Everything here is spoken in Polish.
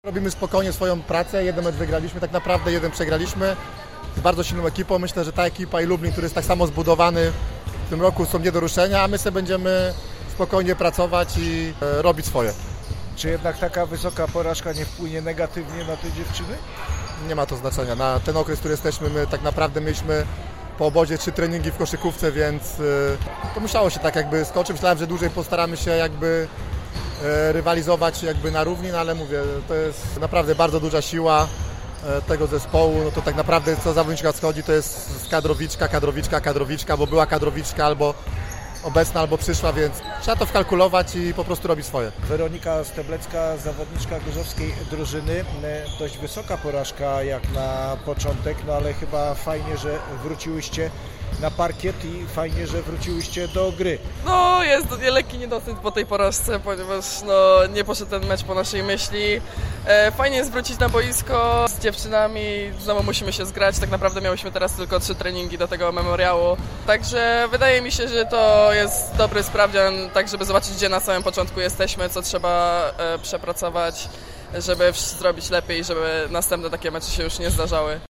Robimy spokojnie swoją pracę, jeden mecz wygraliśmy, tak naprawdę jeden przegraliśmy z bardzo silną ekipą. Myślę, że ta ekipa i Lublin, który jest tak samo zbudowany w tym roku, są nie do ruszenia, a my sobie będziemy spokojnie pracować i robić swoje. Czy jednak taka wysoka porażka nie wpłynie negatywnie na te dziewczyny? Nie ma to znaczenia. Na ten okres, który jesteśmy, my tak naprawdę mieliśmy po obozie 3 treningi w koszykówce, więc to musiało się tak jakby skoczyć. Myślałem, że dłużej postaramy się jakby rywalizować jakby na równi, no ale mówię, to jest naprawdę bardzo duża siła tego zespołu. No to tak naprawdę co zawodniczka schodzi, to jest kadrowiczka, bo była kadrowiczka albo obecna, albo przyszła, więc trzeba to wkalkulować i po prostu robić swoje. Weronika Steblecka, zawodniczka gorzowskiej drużyny. Dość wysoka porażka jak na początek, no ale chyba fajnie, że wróciłyście na parkiet i fajnie, że wróciłyście do gry. No jest lekki niedosyt po tej porażce, ponieważ nie poszedł ten mecz po naszej myśli. Fajnie jest wrócić na boisko z dziewczynami, znowu musimy się zgrać, tak naprawdę miałyśmy teraz tylko 3 treningi do tego memoriału. Także wydaje mi się, że to jest dobry sprawdzian, tak żeby zobaczyć, gdzie na samym początku jesteśmy, co trzeba przepracować, żeby zrobić lepiej, żeby następne takie mecze się już nie zdarzały.